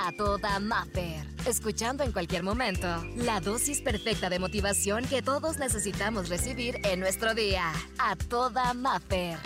A Toda Maffer. Escuchando en cualquier momento la dosis perfecta de motivación que todos necesitamos recibir en nuestro día. A Toda Maffer.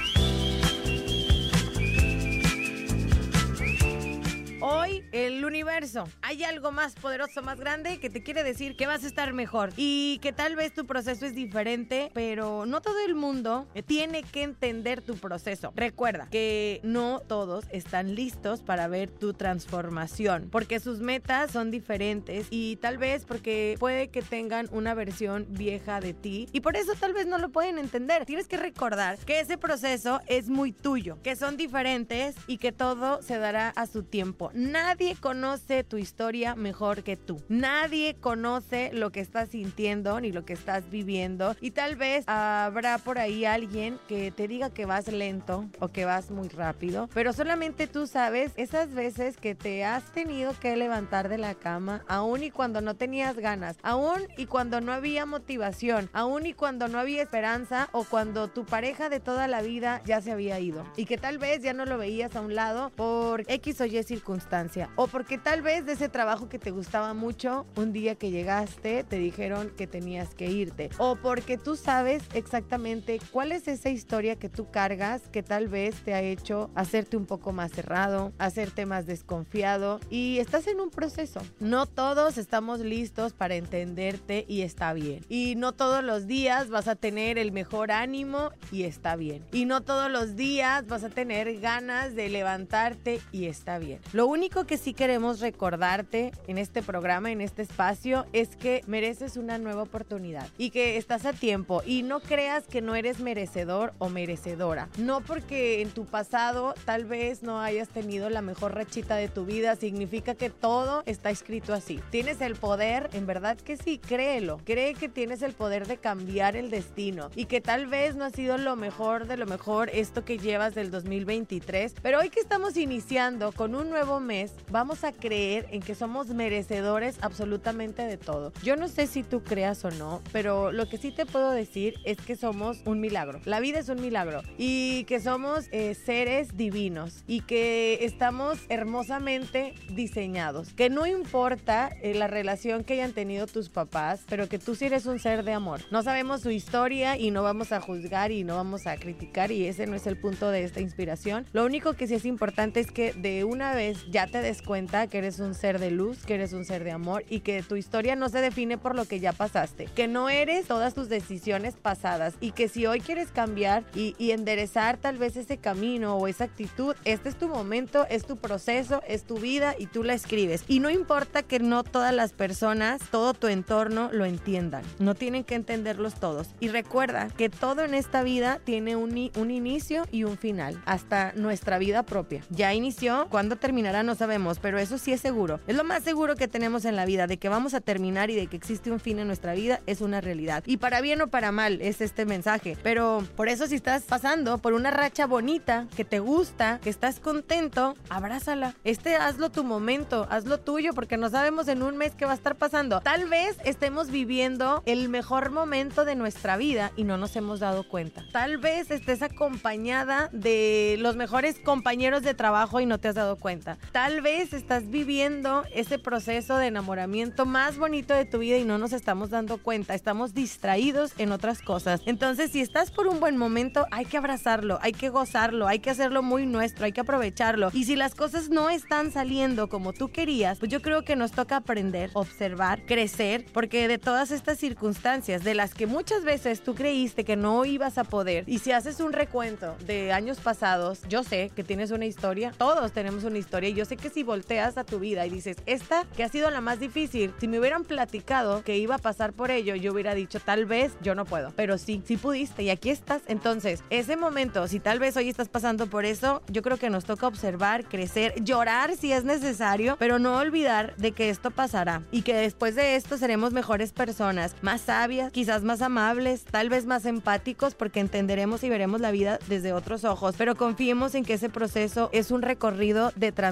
Hoy, el universo, hay algo más poderoso, más grande que te quiere decir que vas a estar mejor y que tal vez tu proceso es diferente, pero no todo el mundo tiene que entender tu proceso. Recuerda que no todos están listos para ver tu transformación, porque sus metas son diferentes y tal vez porque puede que tengan una versión vieja de ti y por eso tal vez no lo pueden entender. Tienes que recordar que ese proceso es muy tuyo, que son diferentes y que todo se dará a su tiempo. Nadie conoce tu historia mejor que tú. Nadie conoce lo que estás sintiendo ni lo que estás viviendo. Y tal vez habrá por ahí alguien que te diga que vas lento o que vas muy rápido. Pero solamente tú sabes esas veces que te has tenido que levantar de la cama, aún y cuando no tenías ganas, aún y cuando no había motivación, aún y cuando no había esperanza o cuando tu pareja de toda la vida ya se había ido. Y que tal vez ya no lo veías a un lado por X o Y circunstancias. O porque tal vez de ese trabajo que te gustaba mucho, un día que llegaste te dijeron que tenías que irte. O porque tú sabes exactamente cuál es esa historia que tú cargas que tal vez te ha hecho hacerte un poco más cerrado, hacerte más desconfiado y estás en un proceso. No todos estamos listos para entenderte y está bien. Y no todos los días vas a tener el mejor ánimo y está bien. Y no todos los días vas a tener ganas de levantarte y está bien. Lo único que sí queremos recordarte en este programa, en este espacio, es que mereces una nueva oportunidad y que estás a tiempo y no creas que no eres merecedor o merecedora. No porque en tu pasado tal vez no hayas tenido la mejor rachita de tu vida, significa que todo está escrito así. Tienes el poder, en verdad que sí, créelo. Cree que tienes el poder de cambiar el destino y que tal vez no ha sido lo mejor de lo mejor esto que llevas del 2023, pero hoy que estamos iniciando con un nuevo mes, vamos a creer en que somos merecedores absolutamente de todo. Yo no sé si tú creas o no, pero lo que sí te puedo decir es que somos un milagro. La vida es un milagro y que somos seres divinos y que estamos hermosamente diseñados. Que no importa la relación que hayan tenido tus papás, pero que tú sí eres un ser de amor. No sabemos su historia y no vamos a juzgar y no vamos a criticar y ese no es el punto de esta inspiración. Lo único que sí es importante es que de una vez ya te des cuenta que eres un ser de luz, que eres un ser de amor y que tu historia no se define por lo que ya pasaste, que no eres todas tus decisiones pasadas y que si hoy quieres cambiar y enderezar tal vez ese camino o esa actitud, este es tu momento, es tu proceso, es tu vida y tú la escribes. Y no importa que no todas las personas, todo tu entorno lo entiendan, no tienen que entenderlos todos. Y recuerda que todo en esta vida tiene un inicio y un final, hasta nuestra vida propia. Ya inició, ¿cuándo terminará? No sabemos, pero eso sí es seguro. Es lo más seguro que tenemos en la vida, de que vamos a terminar y de que existe un fin en nuestra vida, es una realidad. Y para bien o para mal es este mensaje. Pero por eso si estás pasando por una racha bonita, que te gusta, que estás contento, abrázala. Hazlo tu momento, hazlo tuyo, porque no sabemos en un mes qué va a estar pasando. Tal vez estemos viviendo el mejor momento de nuestra vida y no nos hemos dado cuenta. Tal vez estés acompañada de los mejores compañeros de trabajo y no te has dado cuenta. Tal vez estás viviendo ese proceso de enamoramiento más bonito de tu vida y no nos estamos dando cuenta. Estamos distraídos en otras cosas. Entonces, si estás por un buen momento, hay que abrazarlo, hay que gozarlo, hay que hacerlo muy nuestro, hay que aprovecharlo. Y si las cosas no están saliendo como tú querías, pues yo creo que nos toca aprender, observar, crecer, porque de todas estas circunstancias de las que muchas veces tú creíste que no ibas a poder, y si haces un recuento de años pasados, yo sé que tienes una historia, todos tenemos una historia, y yo sé que si volteas a tu vida y dices, esta que ha sido la más difícil, si me hubieran platicado que iba a pasar por ello, yo hubiera dicho, tal vez yo no puedo, pero sí pudiste y aquí estás. Entonces, ese momento, si tal vez hoy estás pasando por eso, yo creo que nos toca observar, crecer, llorar si es necesario, pero no olvidar de que esto pasará y que después de esto seremos mejores personas, más sabias, quizás más amables, tal vez más empáticos, porque entenderemos y veremos la vida desde otros ojos, pero confiemos en que ese proceso es un recorrido de transformación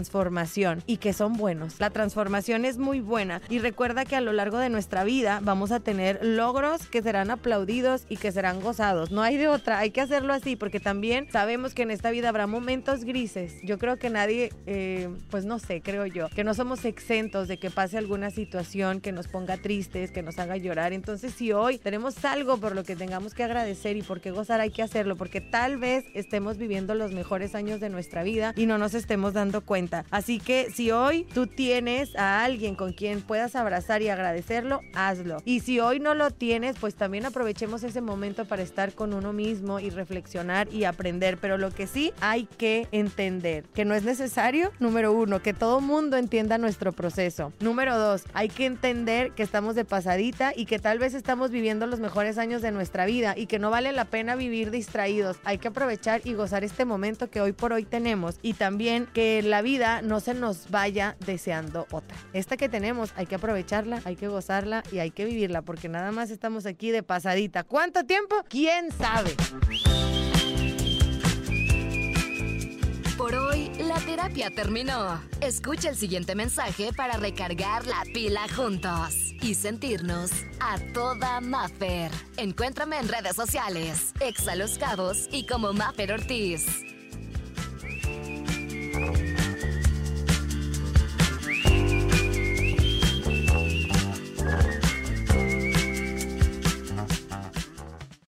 transformación y que son buenos. La transformación es muy buena y recuerda que a lo largo de nuestra vida vamos a tener logros que serán aplaudidos y que serán gozados. No hay de otra, hay que hacerlo así porque también sabemos que en esta vida habrá momentos grises. Yo creo que nadie, pues no sé, creo yo, que no somos exentos de que pase alguna situación que nos ponga tristes, que nos haga llorar. Entonces, si hoy tenemos algo por lo que tengamos que agradecer y por qué gozar, hay que hacerlo, porque tal vez estemos viviendo los mejores años de nuestra vida y no nos estemos dando cuenta. Así que si hoy tú tienes a alguien con quien puedas abrazar y agradecerlo, hazlo. Y si hoy no lo tienes, pues también aprovechemos ese momento para estar con uno mismo y reflexionar y aprender. Pero lo que sí hay que entender, que no es necesario, número 1, que todo mundo entienda nuestro proceso. Número 2, hay que entender que estamos de pasadita y que tal vez estamos viviendo los mejores años de nuestra vida y que no vale la pena vivir distraídos. Hay que aprovechar y gozar este momento que hoy por hoy tenemos y también que la vida no se nos vaya deseando otra. Esta que tenemos hay que aprovecharla, hay que gozarla y hay que vivirla porque nada más estamos aquí de pasadita. ¿Cuánto tiempo? ¿Quién sabe? Por hoy, la terapia terminó. Escucha el siguiente mensaje para recargar la pila juntos y sentirnos a toda Maffer. Encuéntrame en redes sociales, Exa Los Cabos y como Maffer Ortiz.